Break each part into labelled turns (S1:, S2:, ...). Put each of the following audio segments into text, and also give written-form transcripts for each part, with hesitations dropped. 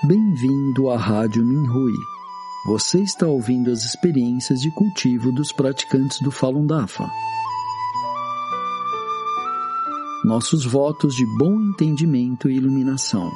S1: Bem-vindo à Rádio Minhui. Você está ouvindo as experiências de cultivo dos praticantes do Falun Dafa. Nossos votos de bom entendimento e iluminação.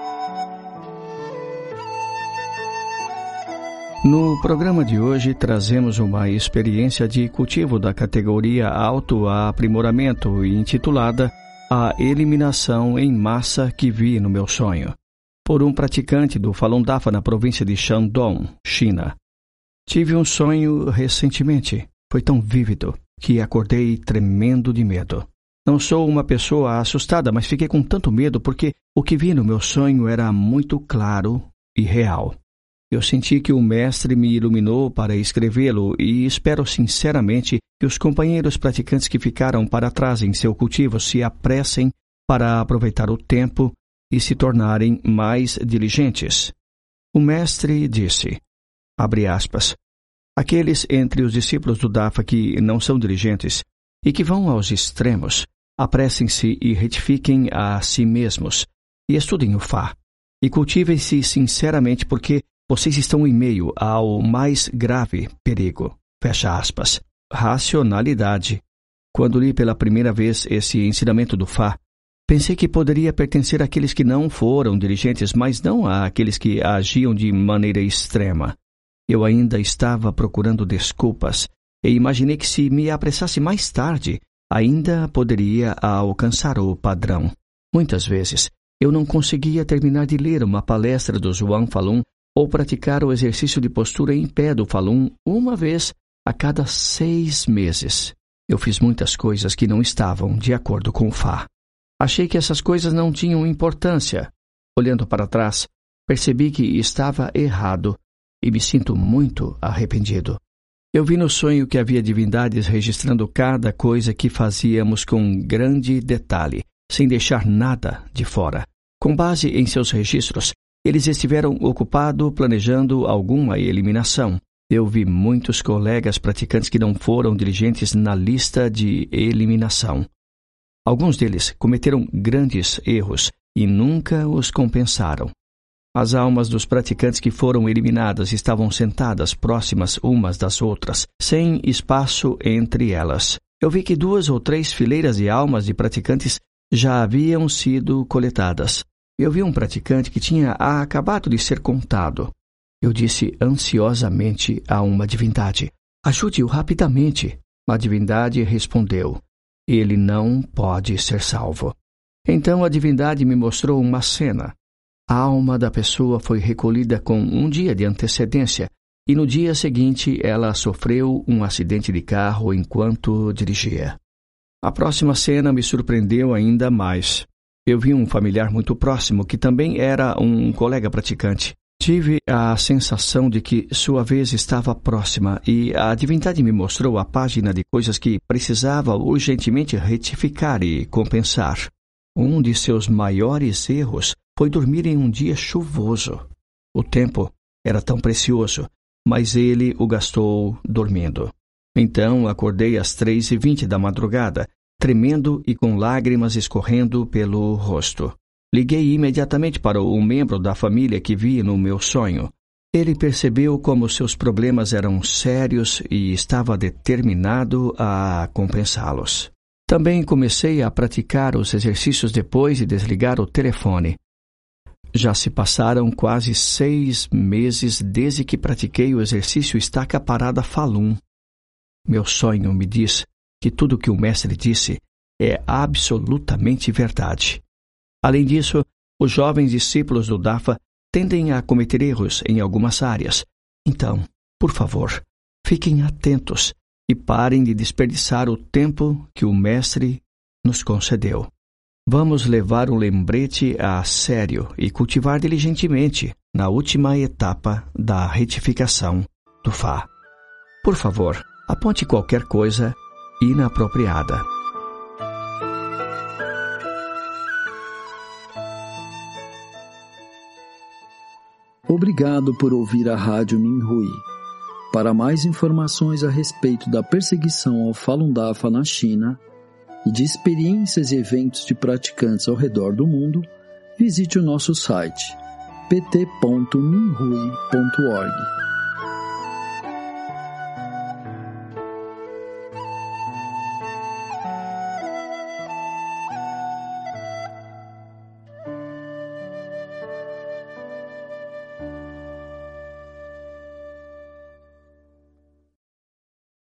S2: No programa de hoje, trazemos uma experiência de cultivo da categoria Autoaprimoramento intitulada A Eliminação em Massa que Vi no Meu Sonho, por um praticante do Falun Dafa na província de Shandong, China. Tive um sonho recentemente. Foi tão vívido que acordei tremendo de medo. Não sou uma pessoa assustada, mas fiquei com tanto medo porque o que vi no meu sonho era muito claro e real. Eu senti que o Mestre me iluminou para escrevê-lo e espero sinceramente que os companheiros praticantes que ficaram para trás em seu cultivo se apressem para aproveitar o tempo e se tornarem mais diligentes. O Mestre disse, abre aspas, aqueles entre os discípulos do Dafa que não são diligentes e que vão aos extremos, apressem-se e retifiquem a si mesmos, e estudem o Fá, e cultivem-se sinceramente porque vocês estão em meio ao mais grave perigo. Fecha aspas. Racionalidade. Quando li pela primeira vez esse ensinamento do Fá, pensei que poderia pertencer àqueles que não foram diligentes, mas não àqueles que agiam de maneira extrema. Eu ainda estava procurando desculpas e imaginei que se me apressasse mais tarde, ainda poderia alcançar o padrão. Muitas vezes, eu não conseguia terminar de ler uma palestra do Zhuang Falun ou praticar o exercício de postura em pé do Falun uma vez a cada 6 meses. Eu fiz muitas coisas que não estavam de acordo com o Fá. Achei que essas coisas não tinham importância. Olhando para trás, percebi que estava errado e me sinto muito arrependido. Eu vi no sonho que havia divindades registrando cada coisa que fazíamos com grande detalhe, sem deixar nada de fora. Com base em seus registros, eles estiveram ocupados planejando alguma eliminação. Eu vi muitos colegas praticantes que não foram diligentes na lista de eliminação. Alguns deles cometeram grandes erros e nunca os compensaram. As almas dos praticantes que foram eliminadas estavam sentadas próximas umas das outras, sem espaço entre elas. Eu vi que 2 ou 3 fileiras de almas de praticantes já haviam sido coletadas. Eu vi um praticante que tinha acabado de ser contado. Eu disse ansiosamente a uma divindade, ajude-o rapidamente. A divindade respondeu, ele não pode ser salvo. Então a divindade me mostrou uma cena. A alma da pessoa foi recolhida com um dia de antecedência e no dia seguinte ela sofreu um acidente de carro enquanto dirigia. A próxima cena me surpreendeu ainda mais. Eu vi um familiar muito próximo que também era um colega praticante. Tive a sensação de que sua vez estava próxima e a divindade me mostrou a página de coisas que precisava urgentemente retificar e compensar. Um de seus maiores erros foi dormir em um dia chuvoso. O tempo era tão precioso, mas ele o gastou dormindo. Então acordei às 3h20 da madrugada, tremendo e com lágrimas escorrendo pelo rosto. Liguei imediatamente para um membro da família que vi no meu sonho. Ele percebeu como seus problemas eram sérios e estava determinado a compensá-los. Também comecei a praticar os exercícios depois de desligar o telefone. Já se passaram quase 6 meses desde que pratiquei o exercício estaca parada Falun. Meu sonho me diz que tudo o que o Mestre disse é absolutamente verdade. Além disso, os jovens discípulos do Dafa tendem a cometer erros em algumas áreas. Então, por favor, fiquem atentos e parem de desperdiçar o tempo que o Mestre nos concedeu. Vamos levar o lembrete a sério e cultivar diligentemente na última etapa da retificação do Fá. Por favor, aponte qualquer coisa inapropriada.
S1: Obrigado por ouvir a Rádio Minhui. Para mais informações a respeito da perseguição ao Falun Dafa na China e de experiências e eventos de praticantes ao redor do mundo, visite o nosso site pt.minhui.org.